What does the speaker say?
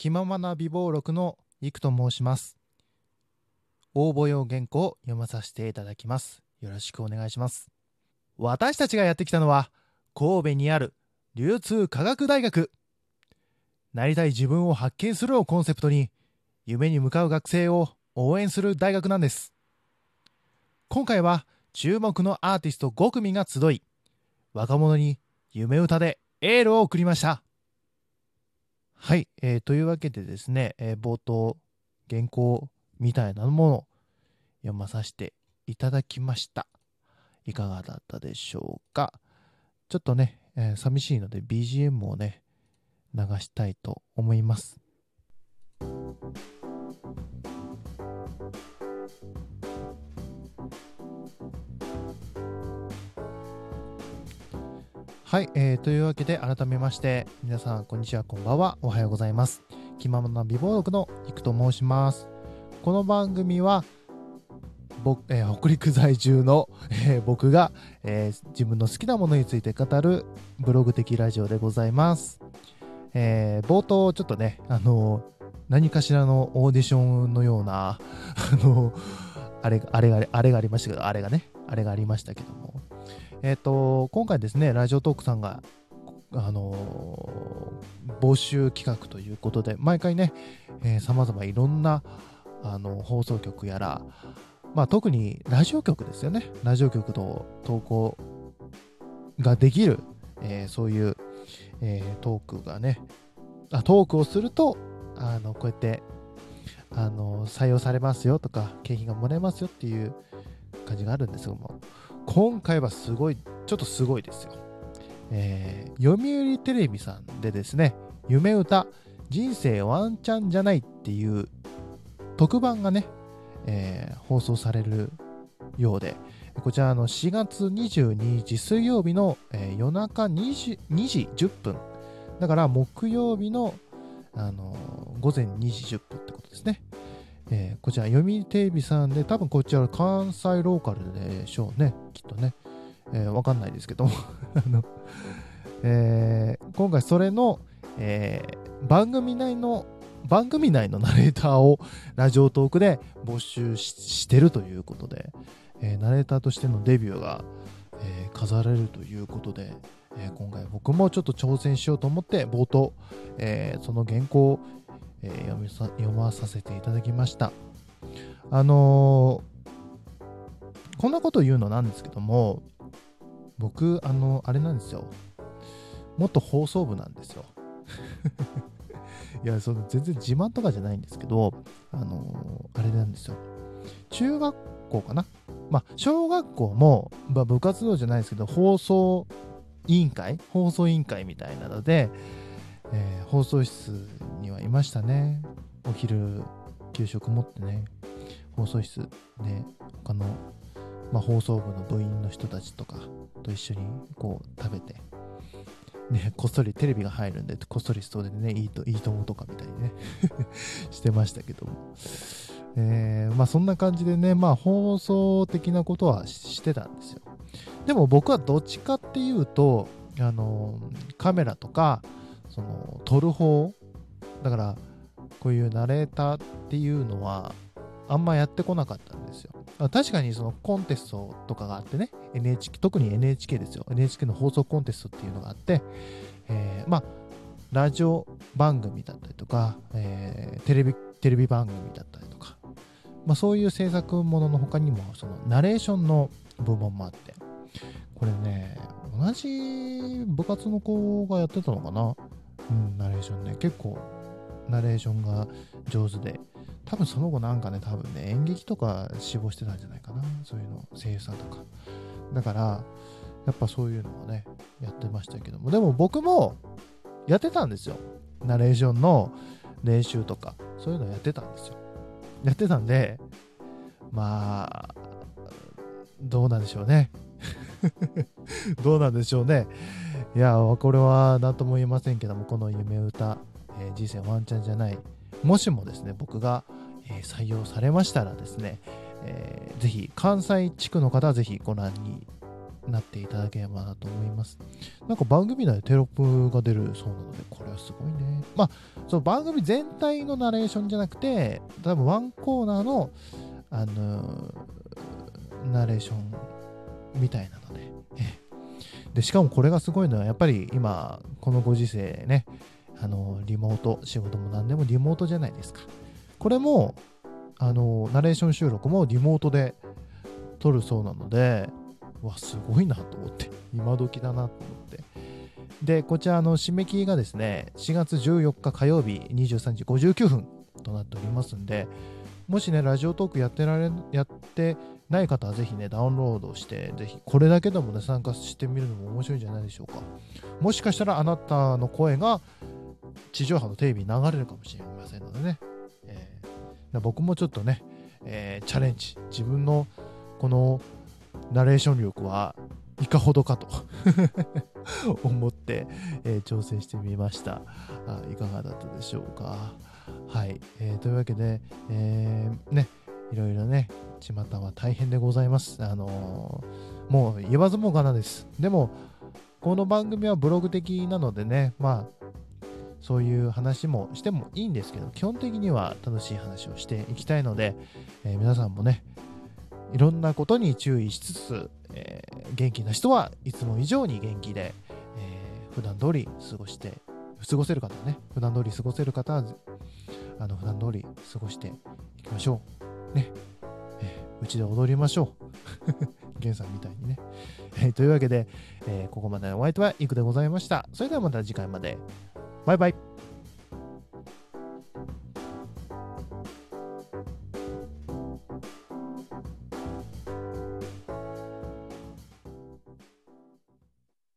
気ままな美貌録のいくと申します。応募用原稿を読まさせていただきます。よろしくお願いします。私たちがやってきたのは神戸にある流通科学大学。なりたい自分を発見するをコンセプトに夢に向かう学生を応援する大学なんです。今回は注目のアーティスト5組が集い、若者に夢歌でエールを送りました。はい、というわけでですね、冒頭原稿みたいなものを読まさせていただきました。いかがだったでしょうか。ちょっとね、寂しいので BGM をね流したいと思います。はい、というわけで改めまして皆さんこんにちは、こんばんは、おはようございます。気ままな美貌録のいくと申します。この番組は北陸在住の、僕が、自分の好きなものについて語るブログ的ラジオでございます。冒頭ちょっとね、何かしらのオーディションのようなあれがありましたけど、あれがありましたけども、今回ですね、ラジオトークさんが募集企画ということで、毎回ね、様々いろんな放送局やら、特にラジオ局ですよね。ラジオ局と投稿ができる、そういう、トークをすると、こうやって採用されますよとか、景品がもらえますよっていう感じがあるんですけども、今回はちょっとすごいですよ。読売テレビさんでですね、夢歌人生ワンチャンじゃないっていう特番がね、放送されるようで、こちら4月22日水曜日の、夜中2時10分だから木曜日の、午前2時10分ってことですね。こちら読売テレビさんで、多分こちら関西ローカルでしょうね、きっとね。わかんないですけども今回それの、番組内のナレーターをラジオトークで募集してるということで、ナレーターとしてのデビューが、飾られるということで、今回僕もちょっと挑戦しようと思って冒頭、その原稿を、読まさせていただきました。こんなこと言うのなんですけども、僕あれなんですよ、元放送部なんですよいや、全然自慢とかじゃないんですけど、あれなんですよ。中学校かな。小学校も、部活動じゃないですけど、放送委員会みたいなので、放送室にはいましたね。お昼、給食持ってね、放送室で、他の、放送部の部員の人たちとかと一緒にこう食べて、ね、こっそりテレビが入るんで、こっそりそれでね、いいともとかみたいにねしてましたけども、そんな感じでね、放送的なことはしてたんですよ。でも僕はどっちかっていうと、カメラとか撮る方だから、こういうナレーターっていうのはあんまやってこなかったんですよ。確かにそのコンテストとかがあってね、特に NHK ですよ。NHK の放送コンテストっていうのがあって、ラジオ番組だったりとか、テレビ番組だったりとか、そういう制作ものの他にも、そのナレーションの部門もあって、これね、同じ部活の子がやってたのかな。ナレーションね、結構ナレーションが上手で、多分その後演劇とか志望してたんじゃないかな。そういうの、声優さんとか。だから、やっぱそういうのをね、やってましたけども。でも僕もやってたんですよ。ナレーションの練習とか、そういうのやってたんですよ。やってたんで、どうなんでしょうね。どうなんでしょうね。いや、これは何とも言えませんけども、この夢歌、人生ワンチャンじゃない。もしもですね、僕が、採用されましたらですね、ぜひ関西地区の方はぜひご覧になっていただければなと思います。なんか番組内でテロップが出るそうなので、これはすごいね。まあ、その番組全体のナレーションじゃなくて、多分ワンコーナーの、ナレーションみたいなので、で、しかもこれがすごいのは、やっぱり今、このご時世ね、リモート、仕事も何でもリモートじゃないですか。これも、ナレーション収録もリモートで撮るそうなので、わ、すごいなと思って、今時だなと思って。で、こちら締め切りがですね、4月14日火曜日23時59分となっておりますんで、もしね、ラジオトークやってない方はぜひね、ダウンロードして、ぜひこれだけでもね、参加してみるのも面白いんじゃないでしょうか。もしかしたらあなたの声が地上波のテレビに流れるかもしれませんのでね。僕もちょっとね、チャレンジ、自分のこのナレーション力はいかほどかと思って、挑戦してみました。いかがだったでしょうか。はい、というわけで、ね、いろいろね、巷は大変でございます。もう言わずもがなです。でも、この番組はブログ的なのでね、まあ、そういう話もしてもいいんですけど、基本的には楽しい話をしていきたいので、皆さんもね、いろんなことに注意しつつ、元気な人はいつも以上に元気で、普段通り過ごせる方はね、普段通り過ごせる方は、普段通り過ごしていきましょう。ね。うちで踊りましょう。ゲンさんみたいにね。というわけで、ここまでのお相手はイクでございました。それではまた次回まで。バイバイ。